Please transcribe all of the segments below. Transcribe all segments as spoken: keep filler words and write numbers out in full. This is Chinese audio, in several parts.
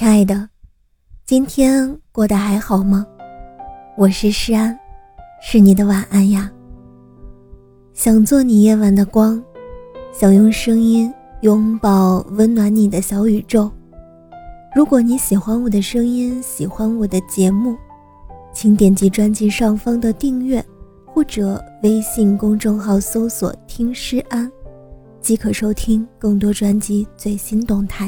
亲爱的，今天过得还好吗？我是诗安，是你的晚安呀。想做你夜晚的光，想用声音拥抱温暖你的小宇宙。如果你喜欢我的声音，喜欢我的节目，请点击专辑上方的订阅，或者微信公众号搜索听诗安，即可收听更多专辑最新动态。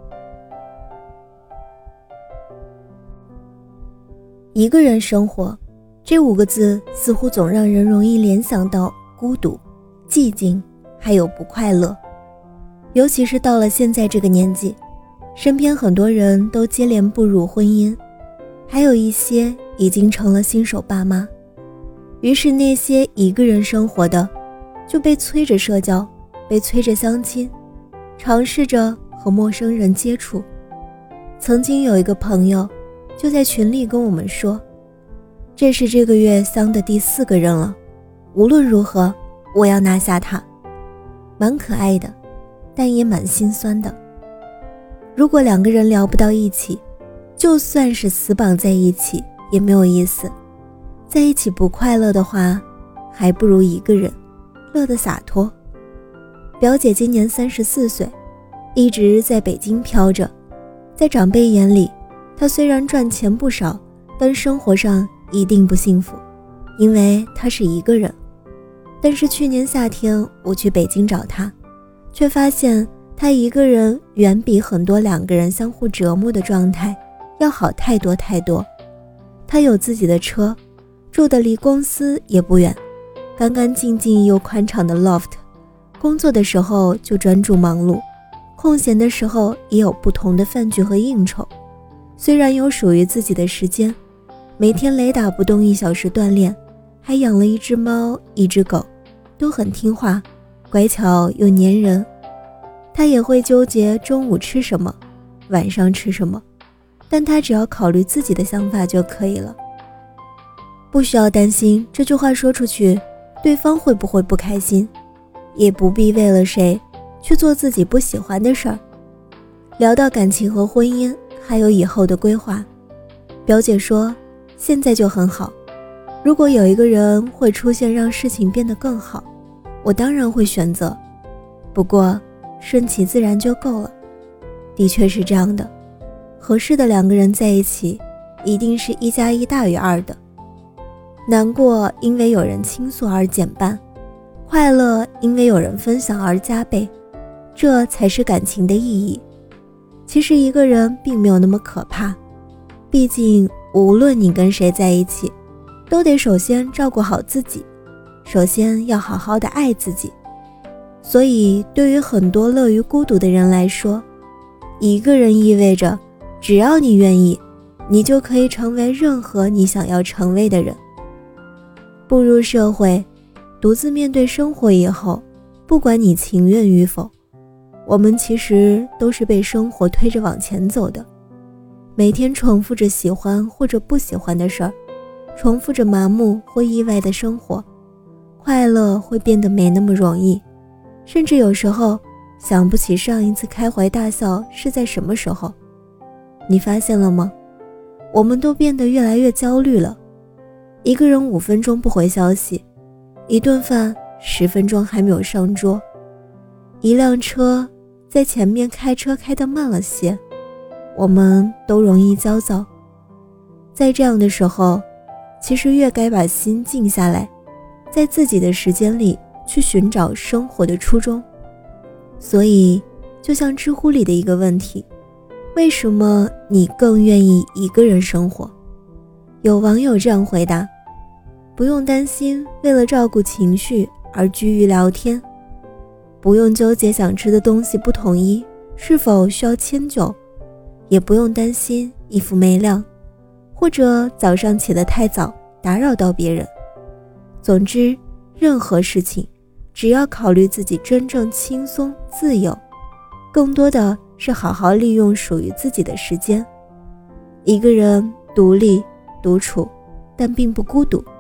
一个人生活，这五个字似乎总让人容易联想到孤独、寂静，还有不快乐。尤其是到了现在这个年纪，身边很多人都接连步入婚姻，还有一些已经成了新手爸妈。于是那些一个人生活的，就被催着社交，被催着相亲，尝试着和陌生人接触。曾经有一个朋友就在群里跟我们说，这是这个月相的第四个人了，无论如何我要拿下他。蛮可爱的，但也蛮心酸的。如果两个人聊不到一起，就算是死绑在一起也没有意思。在一起不快乐的话，还不如一个人乐得洒脱。表姐今年三十四岁，一直在北京飘着。在长辈眼里，她虽然赚钱不少，但生活上一定不幸福，因为她是一个人。但是去年夏天我去北京找她，却发现她一个人远比很多两个人相互折磨的状态要好太多太多。她有自己的车，住的离公司也不远，干干净净又宽敞的 loft， 工作的时候就专注忙碌，空闲的时候也有不同的饭局和应酬。虽然有属于自己的时间，每天雷打不动一小时锻炼，还养了一只猫一只狗，都很听话，乖巧又粘人。他也会纠结中午吃什么，晚上吃什么，但他只要考虑自己的想法就可以了，不需要担心这句话说出去对方会不会不开心，也不必为了谁去做自己不喜欢的事儿。聊到感情和婚姻还有以后的规划，表姐说现在就很好，如果有一个人会出现让事情变得更好，我当然会选择，不过顺其自然就够了。的确是这样的，合适的两个人在一起，一定是一加一大于二的。难过因为有人倾诉而减半，快乐因为有人分享而加倍，这才是感情的意义。其实一个人并没有那么可怕，毕竟无论你跟谁在一起，都得首先照顾好自己，首先要好好的爱自己。所以对于很多乐于孤独的人来说，一个人意味着只要你愿意，你就可以成为任何你想要成为的人。步入社会，独自面对生活以后，不管你情愿与否，我们其实都是被生活推着往前走的。每天重复着喜欢或者不喜欢的事儿，重复着麻木或意外的生活，快乐会变得没那么容易，甚至有时候想不起上一次开怀大笑是在什么时候。你发现了吗？我们都变得越来越焦虑了。一个人五分钟不回消息，一顿饭十分钟还没有上桌，一辆车在前面开车开得慢了些，我们都容易焦躁。在这样的时候，其实越该把心静下来，在自己的时间里去寻找生活的初衷。所以就像知乎里的一个问题，为什么你更愿意一个人生活？有网友这样回答，不用担心为了照顾情绪而拘于聊天，不用纠结想吃的东西不统一是否需要迁就，也不用担心衣服没晾，或者早上起得太早打扰到别人。总之，任何事情只要考虑自己真正轻松自由，更多的是好好利用属于自己的时间。一个人独立独处，但并不孤独。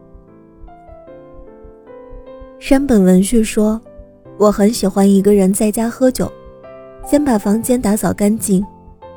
山本文绪说，我很喜欢一个人在家喝酒，先把房间打扫干净，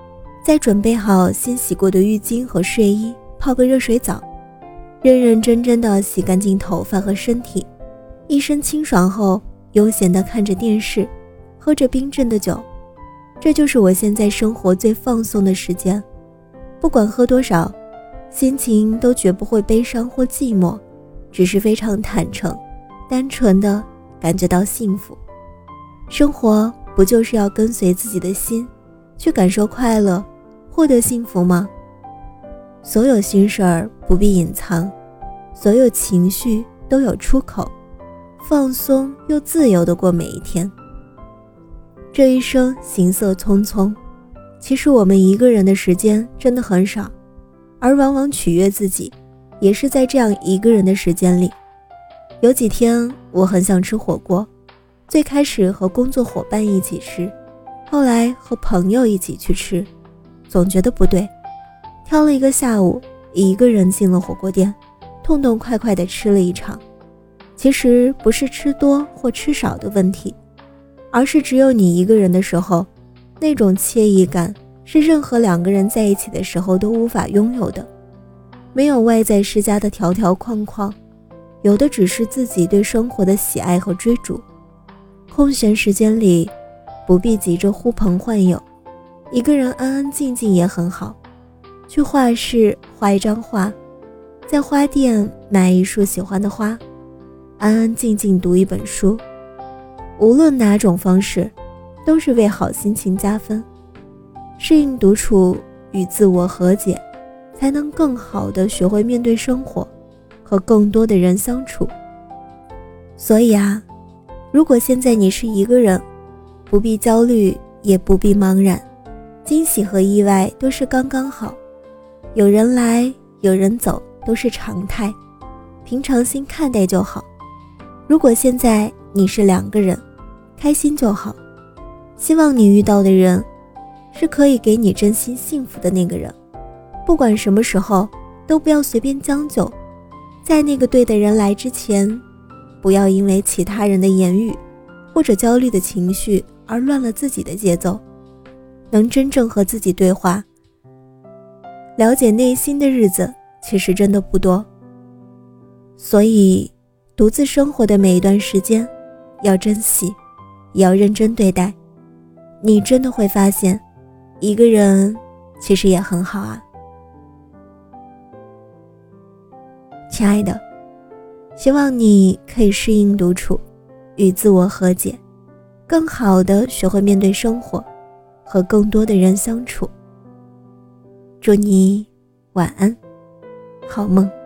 再准备好新洗过的浴巾和睡衣，泡个热水澡，认认真真的洗干净头发和身体，一身清爽后，悠闲地看着电视，喝着冰镇的酒。这就是我现在生活最放松的时间，不管喝多少，心情都绝不会悲伤或寂寞，只是非常坦诚，单纯的感觉到幸福。生活不就是要跟随自己的心，去感受快乐，获得幸福吗？所有心事儿不必隐藏，所有情绪都有出口，放松又自由地过每一天。这一生行色匆匆，其实我们一个人的时间真的很少，而往往取悦自己，也是在这样一个人的时间里。有几天我很想吃火锅，最开始和工作伙伴一起吃，后来和朋友一起去吃，总觉得不对，挑了一个下午，一个人进了火锅店，痛痛快快地吃了一场。其实不是吃多或吃少的问题，而是只有你一个人的时候，那种惬意感是任何两个人在一起的时候都无法拥有的。没有外在施加的条条框框，有的只是自己对生活的喜爱和追逐。空闲时间里不必急着呼朋唤友，一个人安安静静也很好。去画室画一张画，在花店买一束喜欢的花，安安静静读一本书。无论哪种方式，都是为好心情加分。适应独处与自我和解，才能更好地学会面对生活，和更多的人相处。所以啊，如果现在你是一个人，不必焦虑，也不必茫然，惊喜和意外都是刚刚好，有人来有人走都是常态，平常心看待就好。如果现在你是两个人，开心就好。希望你遇到的人是可以给你真心幸福的那个人，不管什么时候都不要随便将就，在那个对的人来之前，不要因为其他人的言语或者焦虑的情绪而乱了自己的节奏。能真正和自己对话，了解内心的日子其实真的不多，所以独自生活的每一段时间要珍惜，也要认真对待。你真的会发现，一个人其实也很好啊。亲爱的，希望你可以适应独处，与自我和解，更好地学会面对生活，和更多的人相处。祝你晚安，好梦。